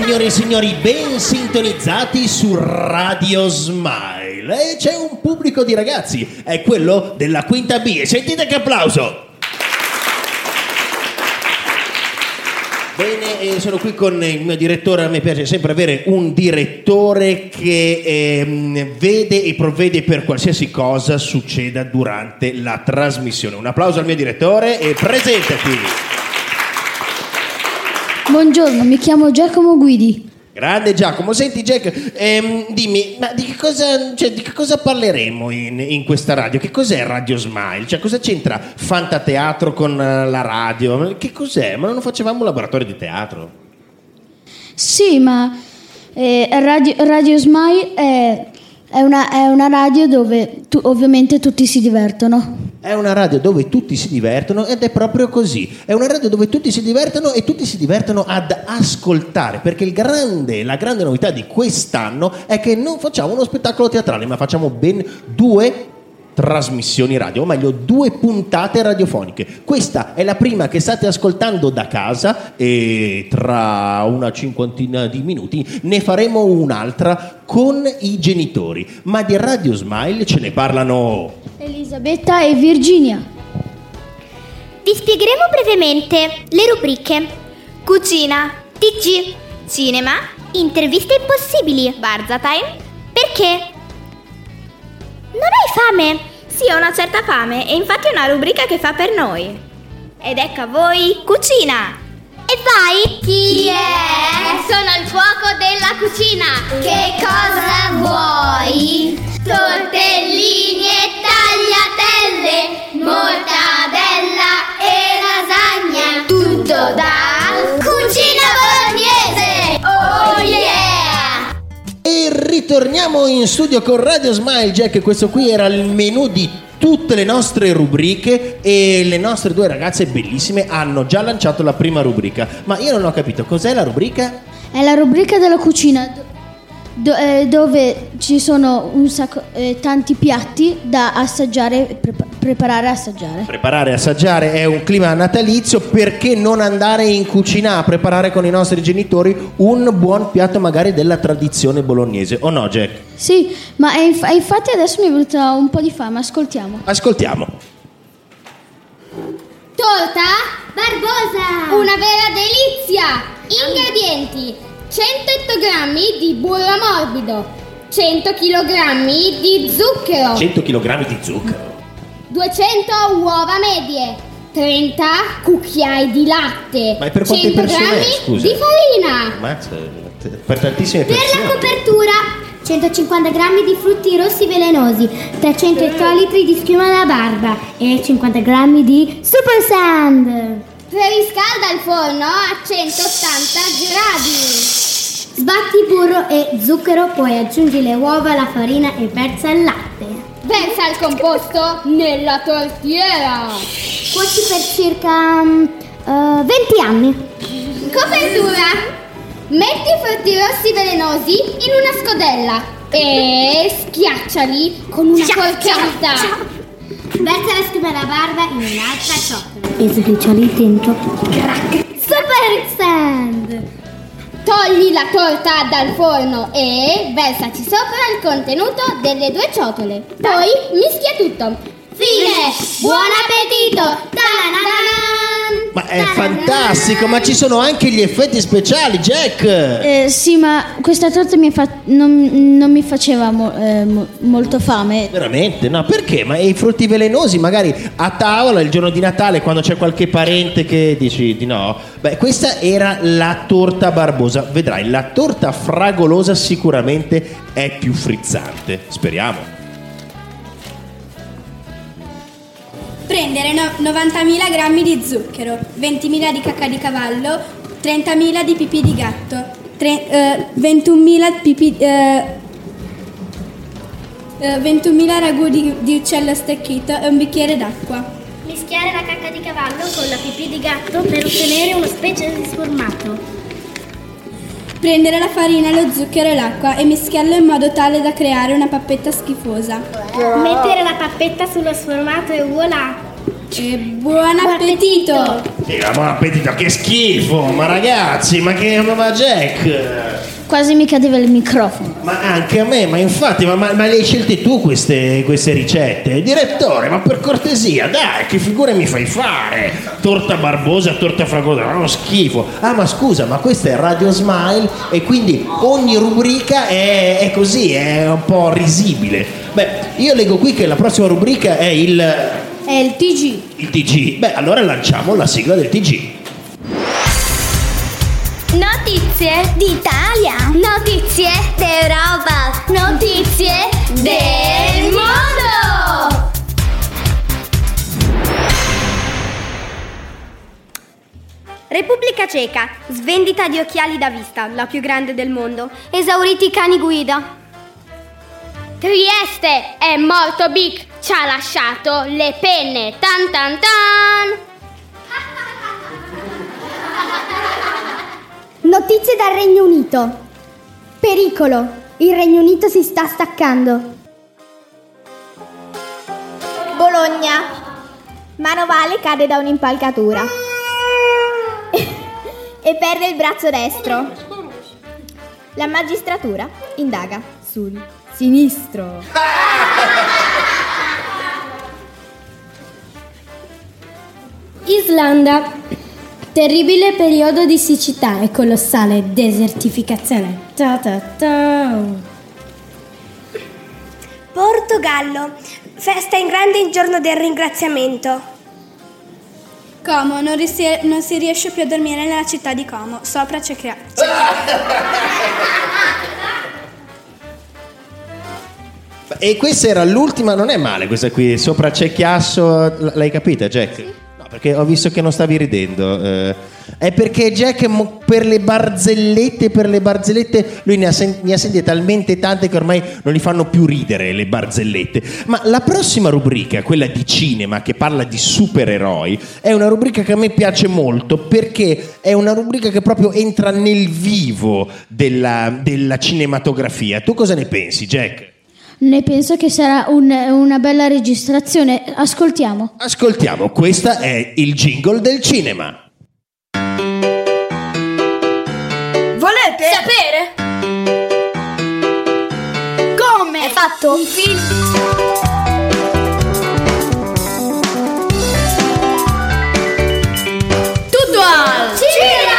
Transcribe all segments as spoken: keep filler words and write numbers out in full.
signore e signori, ben sintonizzati su Radio Smile. E c'è un pubblico di ragazzi, è quello della quinta B. E sentite che applauso! Bene, eh, sono qui con il mio direttore. A me piace sempre avere un direttore che ehm, vede e provvede per qualsiasi cosa succeda durante la trasmissione. Un applauso al mio direttore e presentati. Buongiorno, mi chiamo Giacomo Guidi. Grande Giacomo, senti Jack, ehm, dimmi, ma di che cosa, cioè, di che cosa parleremo in, in questa radio? Che cos'è Radio Smile? Cioè, cosa c'entra Fantateatro con la radio? Che cos'è? Ma non facevamo un laboratorio di teatro? Sì, ma eh, Radio, Radio Smile è, è, una, è una radio dove tu, ovviamente tutti si divertono. È una radio dove tutti si divertono ed è proprio così. È una radio dove tutti si divertono e tutti si divertono ad ascoltare, perché il grande, la grande novità di quest'anno è che non facciamo uno spettacolo teatrale, ma facciamo ben due trasmissioni radio, o meglio due puntate radiofoniche. Questa è la prima che state ascoltando da casa e tra una cinquantina di minuti ne faremo un'altra con i genitori. Ma di Radio Smile ce ne parlano Elisabetta e Virginia. Vi spiegheremo brevemente le rubriche: cucina, tigù, cinema, interviste impossibili, Barza Time. Perché? Non hai fame? Sì, ho una certa fame e infatti è una rubrica che fa per noi. Ed ecco a voi cucina. E vai! Chi è? Sono il cuoco della cucina. Che cosa vuoi? Tortellini e tagliatelle, mortadella e lasagna. Tutto da Cucina Bolognese. Oh yeah! E ritorniamo in studio con Radio Smile. Jack, questo qui era il menù di tutte le nostre rubriche e le nostre due ragazze bellissime hanno già lanciato la prima rubrica. Ma io non ho capito, cos'è la rubrica? È la rubrica della cucina do, eh, dove ci sono un sacco, eh, tanti piatti da assaggiare, prepa- preparare e assaggiare. Preparare e assaggiare è un clima natalizio, perché non andare in cucina a preparare con i nostri genitori un buon piatto magari della tradizione bolognese, o no Jack? Sì, ma è inf- infatti adesso mi è venuta un po' di fame, ascoltiamo. Ascoltiamo. Torta Barbosa, una vera delizia. Ingredienti: cento grammi di burro morbido, cento chilogrammi di zucchero, cento chilogrammi di zucchero, duecento uova medie, trenta cucchiai di latte, ma per quante cento persone grammi è, scusa? di farina. Mazza, per tantissime Per persone. la copertura centocinquanta grammi di frutti rossi velenosi, trecento ettolitri di schiuma da barba e cinquanta grammi di Super Sand. Preriscalda il forno a centottanta gradi. Sbatti burro e zucchero, poi aggiungi le uova, la farina e versa il latte. Versa il composto nella tortiera. Cuoci per circa uh, venti anni. Copertura: metti i frutti rossi velenosi in una scodella e schiacciali con una forchetta. Versa la schiuma da barba in un'altra ciotola e sbricioli dentro. Super Sand. Togli la torta dal forno e versaci sopra il contenuto delle due ciotole. Poi mischia tutto. Fine! Buon appetito! Ta-na-na-na! Ma è fantastico, ma ci sono anche gli effetti speciali, Jack! Eh, sì, ma questa torta mi fa- non, non mi faceva mo- eh, mo- molto fame. Veramente? No, perché? Ma i frutti velenosi magari a tavola il giorno di Natale, quando c'è qualche parente che dici di no? Beh, questa era la torta Barbosa. Vedrai, la torta fragolosa sicuramente è più frizzante. Speriamo. Prendere no- novantamila grammi di zucchero, ventimila di cacca di cavallo, trentamila di pipì di gatto, tre- eh, ventunomila pipì, eh, eh, ventunomila ragù di, di uccello stecchito e un bicchiere d'acqua. Mischiare la cacca di cavallo con la pipì di gatto per ottenere una specie di sformato. Prendere la farina, lo zucchero e l'acqua e mischiarlo in modo tale da creare una pappetta schifosa. Mettere la pappetta sullo sformato e voilà! E buon appetito! Sì, ma buon appetito, che schifo! Ma ragazzi, ma che ma Jack? Quasi mi cadeva il microfono. Ma anche a me, ma infatti, ma, ma, ma le hai scelte tu queste, queste ricette? Direttore, ma per cortesia, dai, che figure mi fai fare? Torta barbosa, torta fragosa, ma uno schifo. Ah, ma scusa, ma questa è Radio Smile e quindi ogni rubrica è, è così, è un po' risibile. Beh, io leggo qui che la prossima rubrica è il... È il T G. Il T G. Beh, allora lanciamo la sigla del T G. Notizie d'Italia. Notizie d'Europa. Notizie del mondo. Repubblica Ceca. Svendita di occhiali da vista, la più grande del mondo. Esauriti i cani guida. Trieste è molto big. Ci ha lasciato le penne. Tan tan tan. Notizie dal Regno Unito. Pericolo. Il Regno Unito si sta staccando. Bologna. Manovale cade da un'impalcatura e perde il braccio destro. La magistratura indaga sul sinistro. Islanda. Terribile periodo di siccità e colossale desertificazione. Ta ta ta. Portogallo. Festa in grande il giorno del ringraziamento. Como, non, ris- non si riesce più a dormire nella città di Como. Sopra c'è crea- E questa era l'ultima, non è male questa qui, sopra c'è chiasso, l- l'hai capita Jack? Sì. No, perché ho visto che non stavi ridendo. Eh, è perché Jack mo- per le barzellette, per le barzellette, lui ne ha, sen- ne ha sentite talmente tante che ormai non gli fanno più ridere le barzellette. Ma la prossima rubrica, quella di cinema, che parla di supereroi, è una rubrica che a me piace molto perché è una rubrica che proprio entra nel vivo della, della cinematografia. Tu cosa ne pensi, Jack? Ne penso che sarà un- una bella registrazione. Ascoltiamo. Ascoltiamo, questa è il jingle del cinema. Volete sapere come è fatto un film? Tutto al cinema!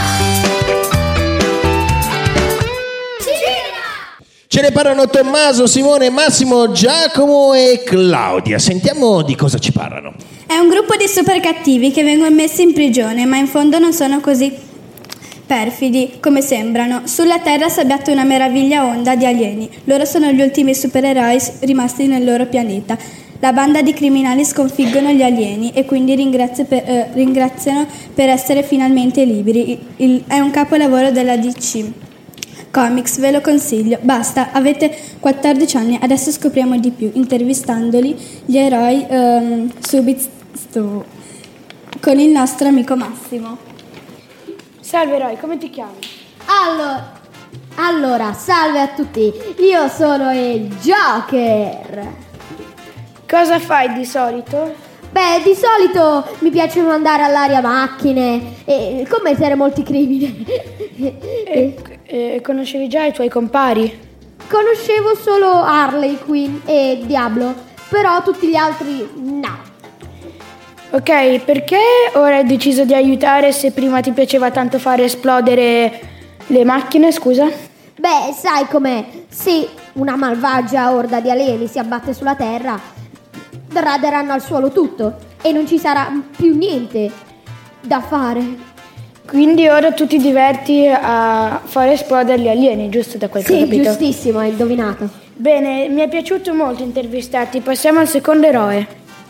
Ce ne parlano Tommaso, Simone, Massimo, Giacomo e Claudia. Sentiamo di cosa ci parlano. È un gruppo di super cattivi che vengono messi in prigione, ma in fondo non sono così perfidi come sembrano. Sulla Terra si abbatte una meraviglia onda di alieni. Loro sono gli ultimi supereroi rimasti nel loro pianeta. La banda di criminali sconfiggono gli alieni e quindi ringrazia per, eh, ringraziano per essere finalmente liberi. Il, il, è un capolavoro della D C Comics, ve lo consiglio. Basta, avete quattordici anni, adesso scopriamo di più, intervistandoli gli eroi um, subito con il nostro amico Massimo. Salve eroi, come ti chiami? Allora, allora, salve a tutti. Io sono il Joker. Cosa fai di solito? Beh, di solito mi piace mandare all'aria macchine e commettere molti crimini. E, e conoscevi già i tuoi compari? Conoscevo solo Harley Quinn e Diablo, però tutti gli altri no. Ok, perché ora hai deciso di aiutare se prima ti piaceva tanto fare esplodere le macchine, scusa? Beh, sai com'è? Se una malvagia orda di alieni si abbatte sulla Terra, raderanno al suolo tutto e non ci sarà più niente da fare. Quindi ora tu ti diverti a fare esplodere gli alieni, giusto, da quel che ho Sì, capito? giustissimo, hai indovinato. Bene, mi è piaciuto molto intervistarti. Passiamo al secondo eroe.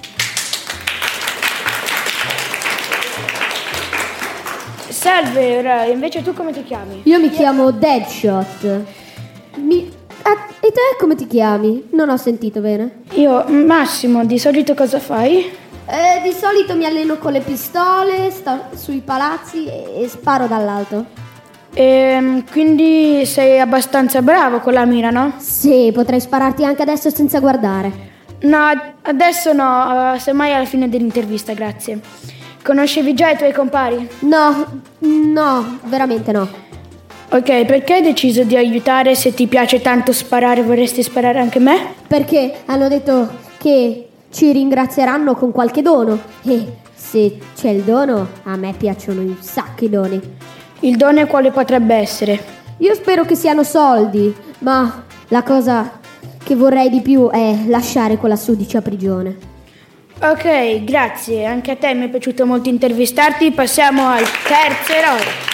Salve eroe, invece tu come ti chiami? Io mi chiamo Deadshot. Mi... Ah, e te come ti chiami? Non ho sentito bene. Io, Massimo, di solito cosa fai? Eh, di solito mi alleno con le pistole, sto sui palazzi e, e sparo dall'alto. Ehm, quindi sei abbastanza bravo con la mira, no? Sì, potrei spararti anche adesso senza guardare. No, adesso no, uh, semmai alla fine dell'intervista, grazie. Conoscevi già i tuoi compari? No, no, veramente no. Ok, perché hai deciso di aiutare? Se ti piace tanto sparare, vorresti sparare anche me? Perché hanno detto che ci ringrazieranno con qualche dono. E se c'è il dono, a me piacciono un sacco i doni. Il dono quale potrebbe essere? Io spero che siano soldi, ma la cosa che vorrei di più è lasciare quella sudicia prigione. Ok, grazie. Anche a te mi è piaciuto molto intervistarti. Passiamo al terzo eroe.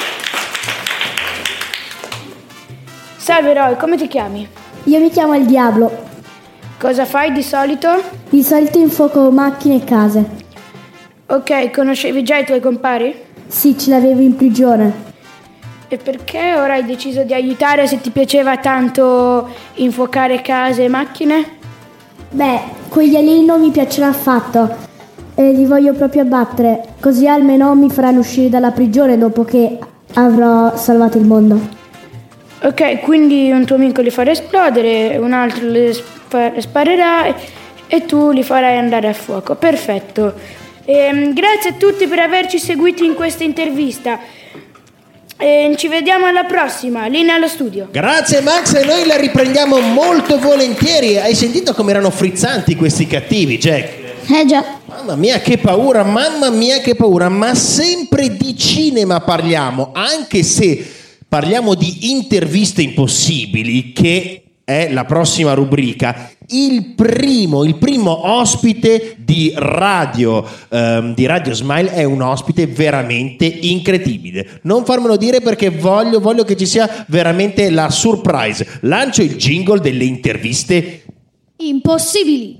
Salve eroe, come ti chiami? Io mi chiamo il Diablo. Cosa fai di solito? Di solito infuoco macchine e case. Ok, conoscevi già i tuoi compari? Sì, ce l'avevo in prigione. E perché ora hai deciso di aiutare se ti piaceva tanto infuocare case e macchine? Beh, quegli alieni non mi piacciono affatto e li voglio proprio abbattere, così almeno mi faranno uscire dalla prigione dopo che avrò salvato il mondo. Ok, quindi un tuo amico li farà esplodere, un altro li spa- sparerà e, e tu li farai andare a fuoco. Perfetto. E, grazie a tutti per averci seguiti in questa intervista. E ci vediamo alla prossima, linea allo studio. Grazie Max, e noi la riprendiamo molto volentieri. Hai sentito come erano frizzanti questi cattivi, Jack? Eh già. Mamma mia che paura, mamma mia che paura. Ma sempre di cinema parliamo, anche se parliamo di interviste impossibili, che è la prossima rubrica. Il primo, il primo ospite di Radio, ehm, di Radio Smile è un ospite veramente incredibile. Non farmelo dire perché voglio, voglio che ci sia veramente la surprise. Lancio il jingle delle interviste impossibili.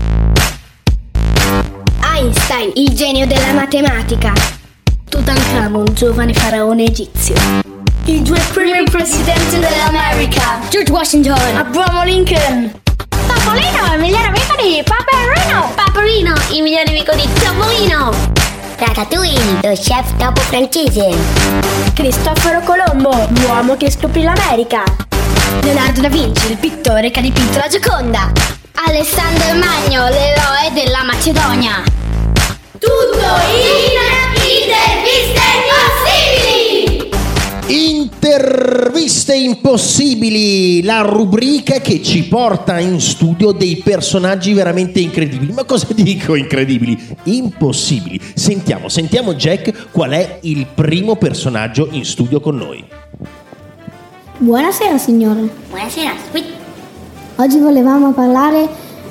Einstein, il genio della matematica. Tutankhamon, giovane faraone egizio. I due primi presidenti dell'America. George Washington. Abraham Lincoln. Topolino, il migliore amico di Paperino. Paperino, il migliore amico di Topolino. Ratatouille, lo chef topo francese. Cristoforo Colombo, l'uomo che scoprì l'America. Leonardo da Vinci, il pittore che ha dipinto la Gioconda. Alessandro il Magno, l'eroe della Macedonia. Tutto in Interviste Impossibili! Interviste impossibili, la rubrica che ci porta in studio dei personaggi veramente incredibili. Ma cosa dico incredibili? Impossibili. Sentiamo, sentiamo Jack, qual è il primo personaggio in studio con noi. Buonasera signore. Buonasera, qui. Oggi volevamo parlare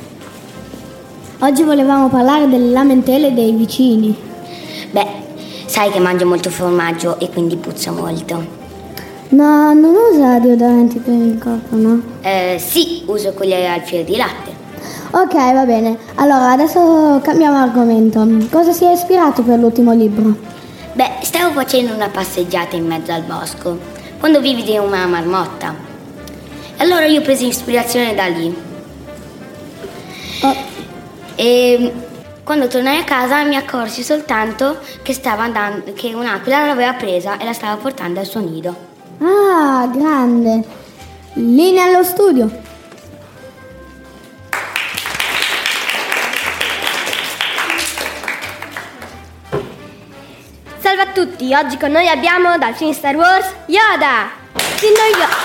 Oggi volevamo parlare delle lamentele dei vicini. Beh, sai che mangio molto formaggio e quindi puzza molto. No, non usa deodoranti per il corpo, no? Eh, sì, uso quelli al fior di latte. Ok, va bene. Allora, adesso cambiamo argomento. Cosa si è ispirato per l'ultimo libro? Beh, stavo facendo una passeggiata in mezzo al bosco quando vi vidi una marmotta. Allora io ho preso ispirazione da lì. Oh. E quando tornai a casa mi accorsi soltanto che stava andando, che un'aquila l'aveva presa e la stava portando al suo nido. Ah, grande. Linea allo studio. Salve a tutti, oggi con noi abbiamo dal film Star Wars Yoda. Signor Yoda.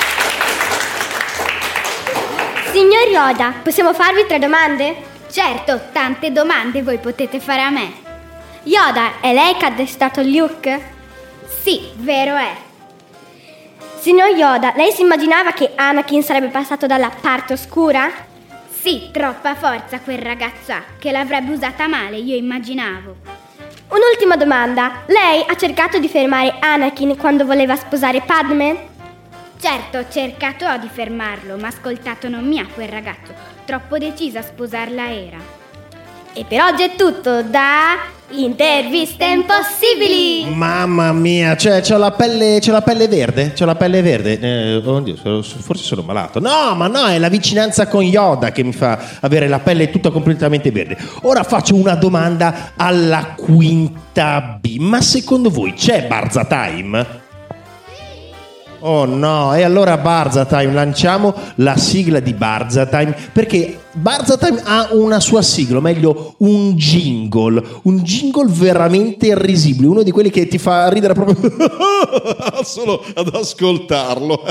Signor Yoda, possiamo farvi tre domande? Certo, tante domande voi potete fare a me. Yoda, è lei che ha addestrato Luke? Sì, vero è. Signor Yoda, lei si immaginava che Anakin sarebbe passato dalla parte oscura? Sì, troppa forza quel ragazzo ha, che l'avrebbe usata male, io immaginavo. Un'ultima domanda, lei ha cercato di fermare Anakin quando voleva sposare Padme? Certo, ho cercato di fermarlo, ma ascoltato non mi ha quel ragazzo. Troppo decisa a sposarla era. E per oggi è tutto da Interviste Impossibili. Mamma mia, cioè c'ho la pelle, c'ho la pelle verde, c'ho la pelle verde. Eh, oddio, forse sono malato. No, ma no, è la vicinanza con Yoda che mi fa avere la pelle tutta completamente verde. Ora faccio una domanda alla quinta B. Ma secondo voi c'è Barza Time? Oh no, e allora Barza Time, lanciamo la sigla di Barza Time, perché Barza Time ha una sua sigla, o meglio un jingle, un jingle veramente risibile, uno di quelli che ti fa ridere proprio solo ad ascoltarlo.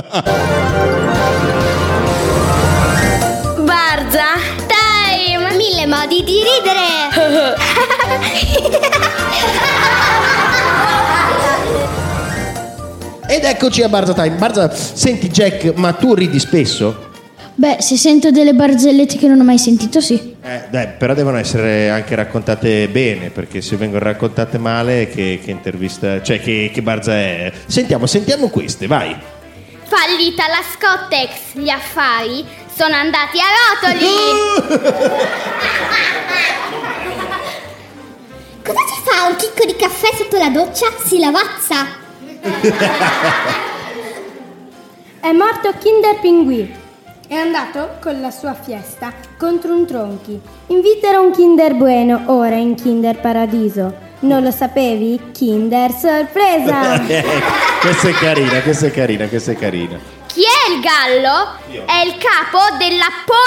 Barza Time! Mille modi di ridere! Ed eccoci a Barza Time. Barza, senti Jack, ma tu ridi spesso? Beh, se sento delle barzellette che non ho mai sentito, sì. Eh, dai, però devono essere anche raccontate bene, perché se vengono raccontate male, che, che intervista, cioè che, che Barza è? Sentiamo, sentiamo queste, vai. Fallita la Scottex, gli affari sono andati a rotoli. Cosa ci fa un chicco di caffè sotto la doccia? Si lavazza. È morto Kinder Pinguì. È andato con la sua fiesta contro un tronchi. Inviterò un Kinder Bueno, ora in Kinder Paradiso. Non lo sapevi? Kinder Sorpresa! Questa è carina, questa è carina, questa è carina. Chi è il gallo? Io. È il capo della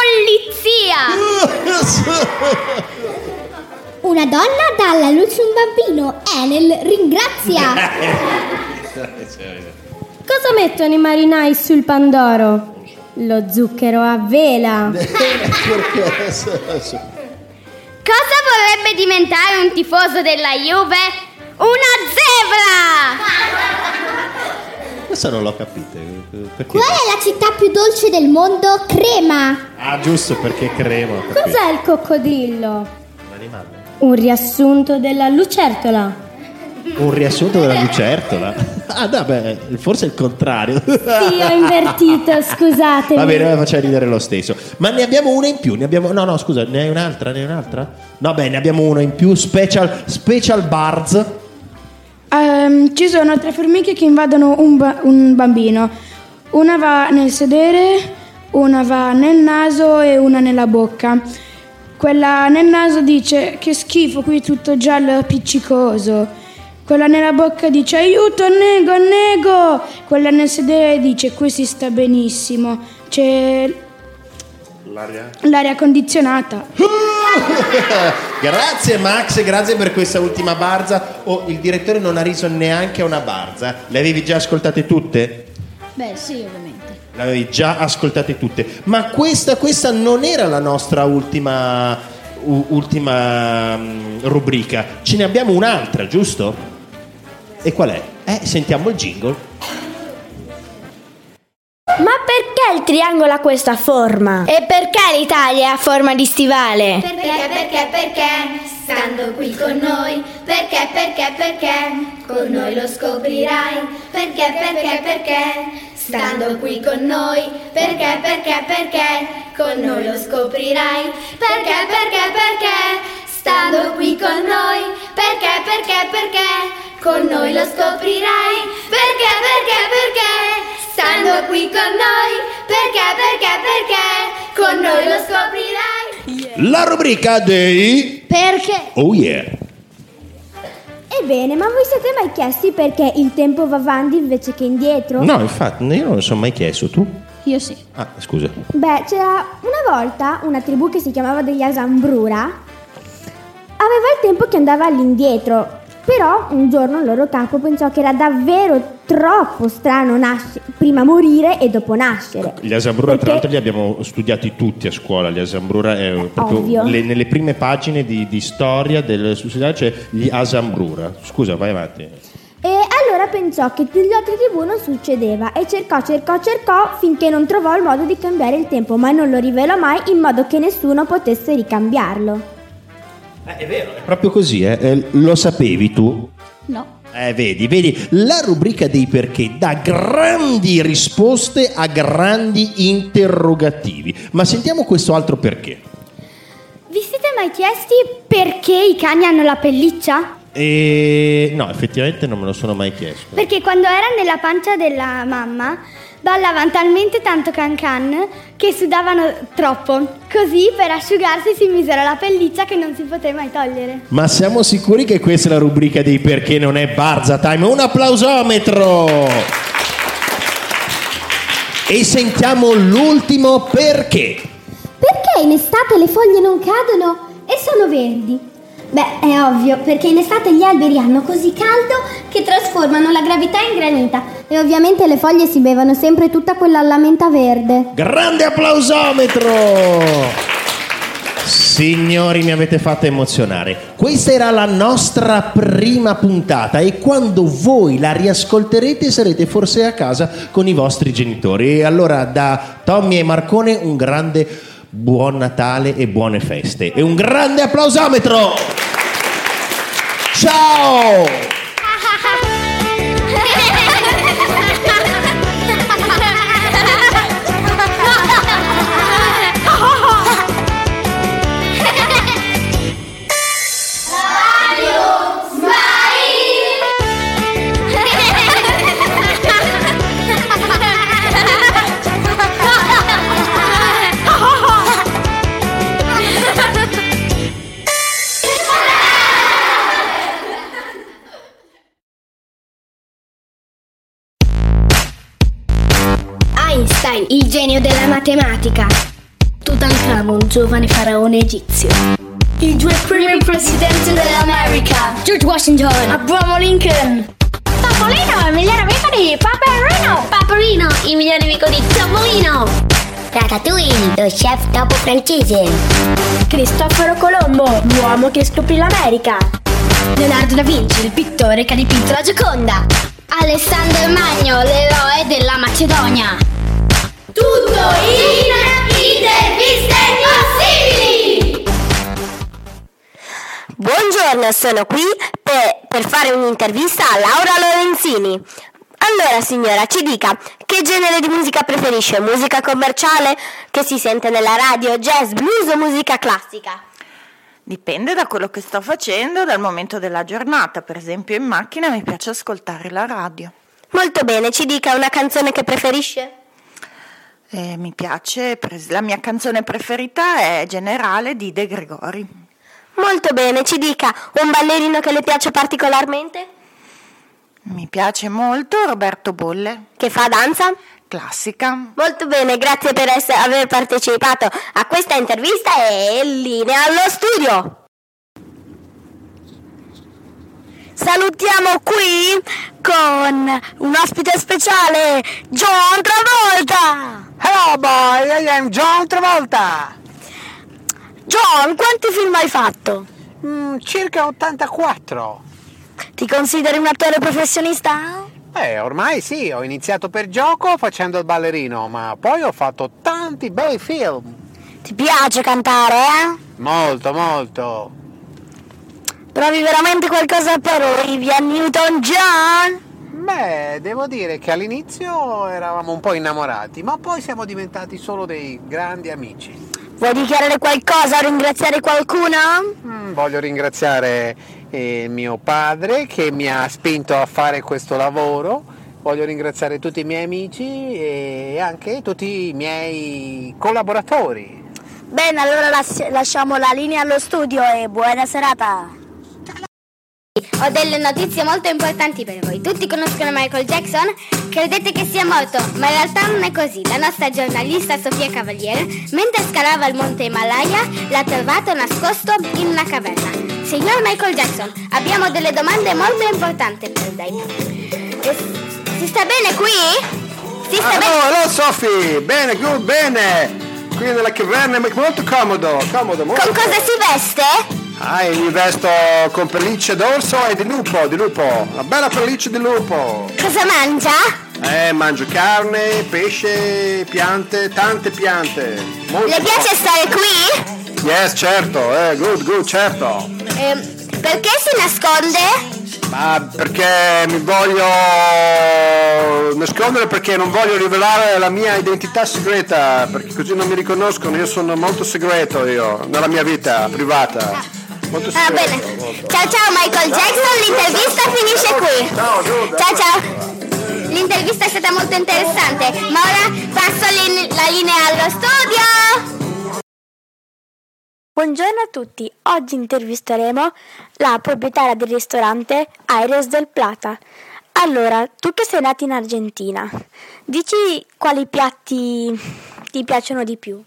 polizia. Una donna dà alla luce un bambino. Enel ringrazia. Cosa mettono i marinai sul Pandoro? Lo zucchero a vela. Cosa vorrebbe diventare un tifoso della Juve? Una zebra! Questa non l'ho capita. Perché? Qual è la città più dolce del mondo? Crema. Ah, giusto, perché crema. Cos'è il coccodrillo? Un animale. Un riassunto della lucertola. Un riassunto della lucertola? Ah, no, beh, forse è il contrario. Sì, ho invertito, scusatemi. Va bene, faccia ridere lo stesso. Ma ne abbiamo una in più, ne abbiamo... No, no, scusa, ne hai un'altra, ne hai un'altra? No, beh, ne abbiamo una in più, special, special Barz. Um, ci sono tre formiche che invadono un, ba- un bambino. Una va nel sedere, una va nel naso e una nella bocca. Quella nel naso dice: che schifo, qui tutto giallo e appiccicoso. Quella nella bocca dice: aiuto, annego, annego. Quella nel sedere dice: qui si sta benissimo, c'è l'aria, l'aria condizionata. Grazie Max, grazie per questa ultima barza. Oh, il direttore non ha riso neanche a una barza. Le avevi già ascoltate tutte? Beh, sì, ovviamente. Le avevi già ascoltate tutte. Ma questa, questa non era la nostra ultima, u- ultima um, rubrica. Ce ne abbiamo un'altra, giusto? E qual è? Eh, sentiamo il jingle. Ma perché il triangolo ha questa forma? E perché l'Italia ha forma di stivale? Perché, perché, perché, stando qui con noi. Perché, perché, perché, con noi lo scoprirai. Perché, perché, perché, stando qui con noi. Perché, perché, perché, con noi lo scoprirai. Perché, perché, perché, stando qui con noi. Perché, perché, perché, con noi lo scoprirai. Perché, perché, perché, stando qui con noi. Perché, perché, perché, con noi lo scoprirai. La rubrica dei... Perché? Oh yeah. Ebbene, ma vi siete mai chiesti perché il tempo va avanti invece che indietro? No, infatti, io non lo so mai chiesto, tu? Io sì. Ah, scusa. Beh, c'era una volta una tribù che si chiamava degli Asambrura. Aveva il tempo che andava all'indietro. Però un giorno il loro capo pensò che era davvero troppo strano nascere, prima morire e dopo nascere. Gli Asambrura, Perché... tra l'altro, li abbiamo studiati tutti a scuola. Gli Asambrura è proprio le, nelle prime pagine di, di storia del sussidiario c'è gli Asambrura. Scusa, vai avanti. E allora pensò che tutti gli altri tribù non succedeva e cercò, cercò, cercò finché non trovò il modo di cambiare il tempo, ma non lo rivelò mai in modo che nessuno potesse ricambiarlo. Eh, è vero, è proprio così, eh? Eh, lo sapevi tu? No. Eh, vedi, vedi, la rubrica dei perché dà grandi risposte a grandi interrogativi. Ma sentiamo questo altro perché. Vi siete mai chiesti perché i cani hanno la pelliccia? E... no, effettivamente non me lo sono mai chiesto. Perché quando era nella pancia della mamma ballavano talmente tanto can can che sudavano troppo. Così per asciugarsi si misero la pelliccia che non si poteva mai togliere. Ma siamo sicuri che questa è la rubrica dei perché non è Barza Time? Un applausometro! E sentiamo l'ultimo perché. Perché in estate le foglie non cadono e sono verdi? Beh, è ovvio, perché in estate gli alberi hanno così caldo che trasformano la gravità in granita. E ovviamente le foglie si bevono sempre tutta quella lamenta verde. Grande applausometro! Signori, mi avete fatto emozionare. Questa era la nostra prima puntata e quando voi la riascolterete sarete forse a casa con i vostri genitori. E allora da Tommy e Marcone un grande buon Natale e buone feste. E un grande applausometro! Ciao! Einstein, il genio della matematica. Tutankhamon, un giovane faraone egizio. I due primi presidenti dell'America. George Washington, Abraham Lincoln. Topolino, il migliore amico di Paperino. Paperino, il migliore amico di Topolino. Ratatouille, lo chef topo francese. Cristoforo Colombo, l'uomo che scoprì l'America. Leonardo da Vinci, il pittore che ha dipinto la Gioconda. Alessandro il Magno, l'eroe della Macedonia. Tutto in Interviste Impossibili! Buongiorno, sono qui per, per fare un'intervista a Laura Lorenzini. Allora signora, ci dica, che genere di musica preferisce? Musica commerciale che si sente nella radio, jazz, blues o musica classica? Dipende da quello che sto facendo, dal momento della giornata. Per esempio in macchina mi piace ascoltare la radio. Molto bene, ci dica una canzone che preferisce? Eh, mi piace, la mia canzone preferita è Generale di De Gregori. Molto bene, ci dica un ballerino che le piace particolarmente? Mi piace molto Roberto Bolle. Che fa danza? Classica. Molto bene, grazie per essere, aver partecipato a questa intervista e linea allo studio. Salutiamo qui con un ospite speciale, John Travolta. Hello boy, I am John Travolta. John, quanti film hai fatto? Mm, circa ottantaquattro. Ti consideri un attore professionista? Eh, ormai sì, ho iniziato per gioco facendo il ballerino, ma poi ho fatto tanti bei film. Ti piace cantare, eh? Molto, molto. Provi veramente qualcosa per Olivia Newton-John? Beh, devo dire che all'inizio eravamo un po' innamorati, ma poi siamo diventati solo dei grandi amici. Vuoi dichiarare qualcosa o ringraziare qualcuno? Mm, voglio ringraziare eh, mio padre che mi ha spinto a fare questo lavoro, voglio ringraziare tutti i miei amici e anche tutti i miei collaboratori. Bene, allora las- lasciamo la linea allo studio e buona serata. Ho delle notizie molto importanti per voi. Tutti conoscono Michael Jackson? Credete che sia morto, ma in realtà non è così. La nostra giornalista Sofia Cavaliere, mentre scalava il monte Himalaya, l'ha trovato nascosto in una caverna. Signor Michael Jackson, abbiamo delle domande molto importanti per lei. Eh, si sta bene qui? Si sta ah, bene? Oh, hello Sophie, bene, good, bene. Qui nella caverna è molto comodo, comodo. Molto Con cosa si veste? Ah, mi vesto con pelliccia d'orso e di lupo, di lupo, una bella pelliccia di lupo. Cosa mangia? Eh, mangio carne, pesce, piante, tante piante. Molto Le piace buono. stare qui? Yes, certo, eh, good, good, certo. Eh, perché si nasconde? Ma perché mi voglio nascondere, perché non voglio rivelare la mia identità segreta, perché così non mi riconoscono, io sono molto segreto io, nella mia vita privata. Molto Ah, bene. Ciao ciao Michael Jackson, l'intervista finisce qui. Ciao ciao. L'intervista è stata molto interessante, ma ora passo lin- la linea allo studio. Buongiorno a tutti, oggi intervisteremo la proprietaria del ristorante Aires del Plata. Allora, tu che sei nata in Argentina, dici quali piatti ti piacciono di più?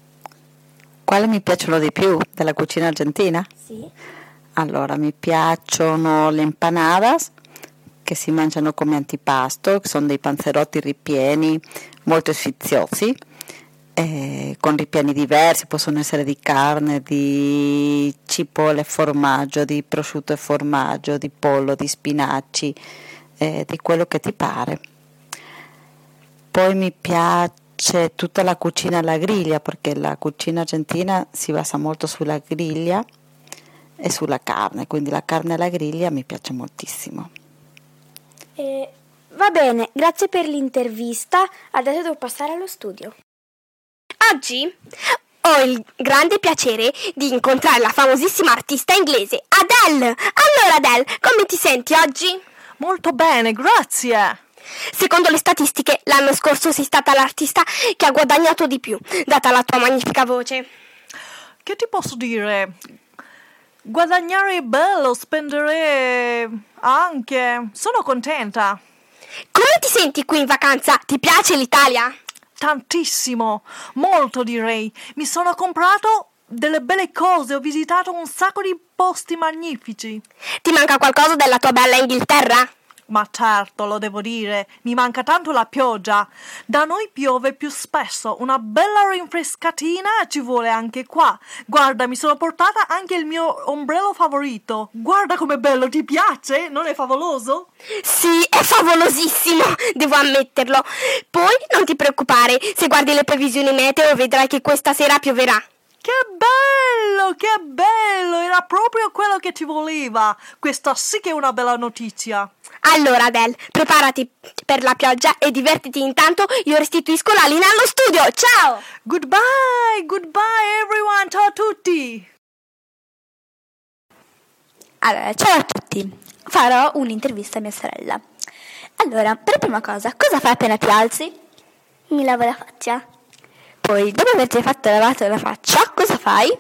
Quali mi piacciono di più della cucina argentina? Sì. Allora, mi piacciono le empanadas, che si mangiano come antipasto, che sono dei panzerotti ripieni molto sfiziosi, eh, con ripieni diversi, possono essere di carne, di cipolla e formaggio, di prosciutto e formaggio, di pollo, di spinaci, eh, di quello che ti pare. Poi mi piace tutta la cucina alla griglia, perché la cucina argentina si basa molto sulla griglia e sulla carne, quindi la carne alla griglia mi piace moltissimo. Eh, va bene, grazie per l'intervista, adesso devo passare allo studio. Oggi ho il grande piacere di incontrare la famosissima artista inglese Adele. Allora Adele, come ti senti oggi? Molto bene, grazie. Secondo le statistiche, l'anno scorso sei stata l'artista che ha guadagnato di più, data la tua magnifica voce. Che ti posso dire? Guadagnare è bello, spendere anche. Sono contenta. Come ti senti qui in vacanza? Ti piace l'Italia? Tantissimo, molto direi. Mi sono comprato delle belle cose, ho visitato un sacco di posti magnifici. Ti manca qualcosa della tua bella Inghilterra? Ma certo, lo devo dire, mi manca tanto la pioggia. Da noi piove più spesso, una bella rinfrescatina ci vuole anche qua. Guarda, mi sono portata anche il mio ombrello favorito. Guarda com'è bello, ti piace? Non è favoloso? Sì, è favolosissimo, devo ammetterlo. Poi non ti preoccupare, se guardi le previsioni meteo vedrai che questa sera pioverà. Che bello, che bello, era proprio quello che ti voleva. Questa sì che è una bella notizia. Allora Adele, preparati per la pioggia e divertiti intanto, io restituisco la linea allo studio, ciao! Goodbye, goodbye everyone, ciao a tutti! Allora, ciao a tutti, farò un'intervista a mia sorella. Allora, per prima cosa, cosa fai appena ti alzi? Mi lavo la faccia. Poi, dopo averti fatto lavato la faccia, cosa fai?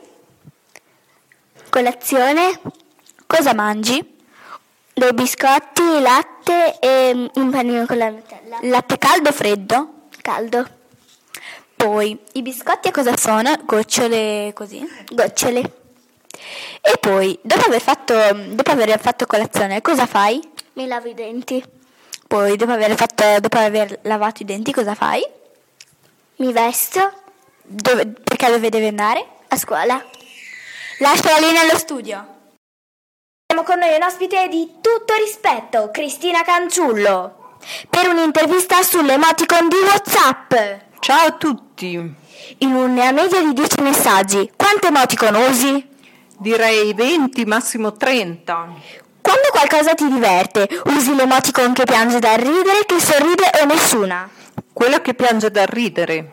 Colazione. Cosa mangi? Dei biscotti, latte e un panino con la Nutella. Latte caldo o freddo? Caldo. Poi, i biscotti cosa sono? Gocciole così? Gocciole. E poi, dopo aver fatto, dopo aver fatto colazione, cosa fai? Mi lavo i denti. Poi, dopo aver, fatto, dopo aver lavato i denti, cosa fai? Mi vesto. Dove, perché dove devi andare? A scuola. Lascio la linea allo studio. Abbiamo con noi un ospite di tutto rispetto, Cristina Canciullo, per un'intervista sull'emoticon di WhatsApp. Ciao a tutti. In una media di dieci messaggi, quante emoticon usi? Direi venti, massimo trenta. Quando qualcosa ti diverte, usi l'emoticon che piange dal ridere, che sorride o nessuna? Quella che piange dal ridere.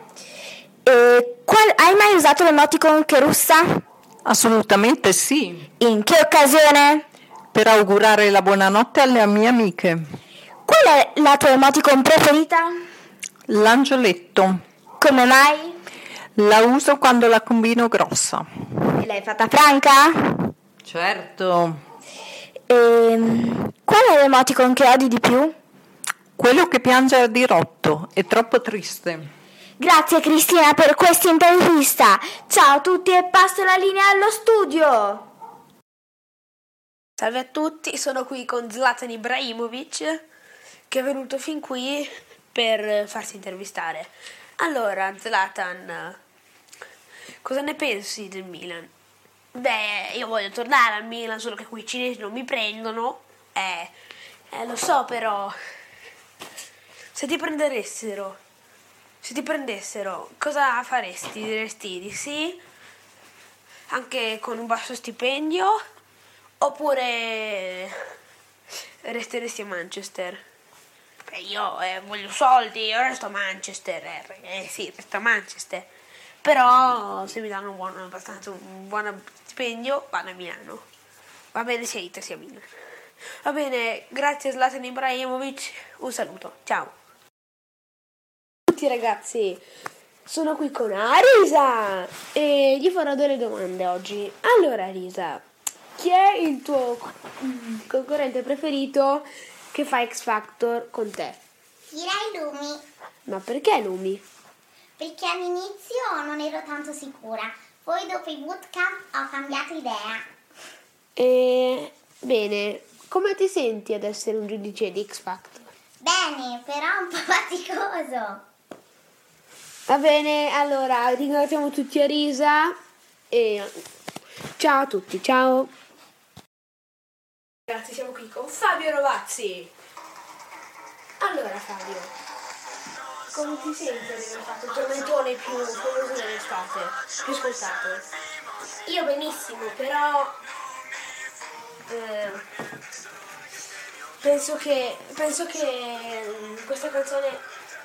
E qual- hai mai usato l'emoticon che russa? Assolutamente sì. In che occasione? Per augurare la buonanotte alle mie amiche. Qual è la tua emoticon preferita? L'angioletto. Come mai? La uso quando la combino grossa. E l'hai fatta franca? Certo. E qual è l'emoticon che odi di più? Quello che piange a dirotto, è troppo triste. Grazie Cristina per questa intervista. Ciao a tutti e passo la linea allo studio. Salve a tutti, sono qui con Zlatan Ibrahimovic che è venuto fin qui per farsi intervistare. Allora Zlatan, cosa ne pensi del Milan? Beh, io voglio tornare al Milan, solo che qui i cinesi non mi prendono. Eh, eh lo so però... Se ti prendessero, se ti prendessero, cosa faresti? Diresti di sì? Anche con un basso stipendio? Oppure resteresti a Manchester? Beh, io eh, voglio soldi, io resto a Manchester. Eh, eh sì, resto a Manchester. Però se mi danno un buon, abbastanza un buon stipendio, vado a Milano. Va bene, sia Inter sia Milan. Va bene, grazie Zlatan Ibrahimovic, un saluto, ciao. Tutti ragazzi, sono qui con Arisa e gli farò delle domande oggi. Allora Arisa, chi è il tuo concorrente preferito che fa X Factor con te? Direi Lumi, Ma perché Lumi? perché all'inizio non ero tanto sicura, poi dopo i bootcamp ho cambiato idea. E bene, come ti senti ad essere un giudice di X Factor? Bene, però un po' faticoso. Va bene, allora ringraziamo tutti a risa e ciao a tutti, ciao. Ragazzi, siamo qui con Fabio Rovazzi. Allora Fabio, come ti senti ad aver fatto il tormentone più famoso dell'estate, più ascoltato? Io benissimo, però Eh, penso che penso che mm, questa canzone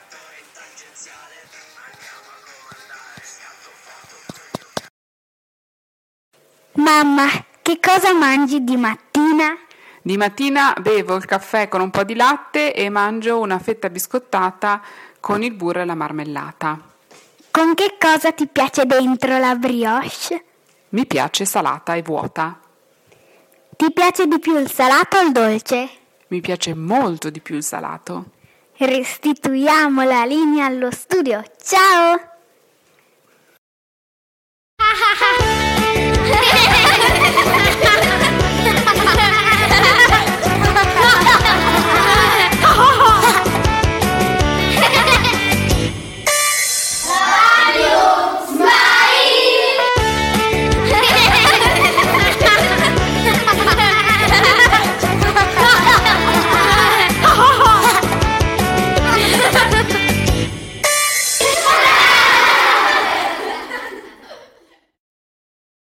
Mamma, che cosa mangi di mattina? Di mattina bevo il caffè con un po' di latte e mangio una fetta biscottata con il burro e la marmellata. Con che cosa ti piace dentro la brioche? Mi piace salata e vuota. Ti piace di più il salato o il dolce? Mi piace molto di più il salato. Restituiamo la linea allo studio. Ciao!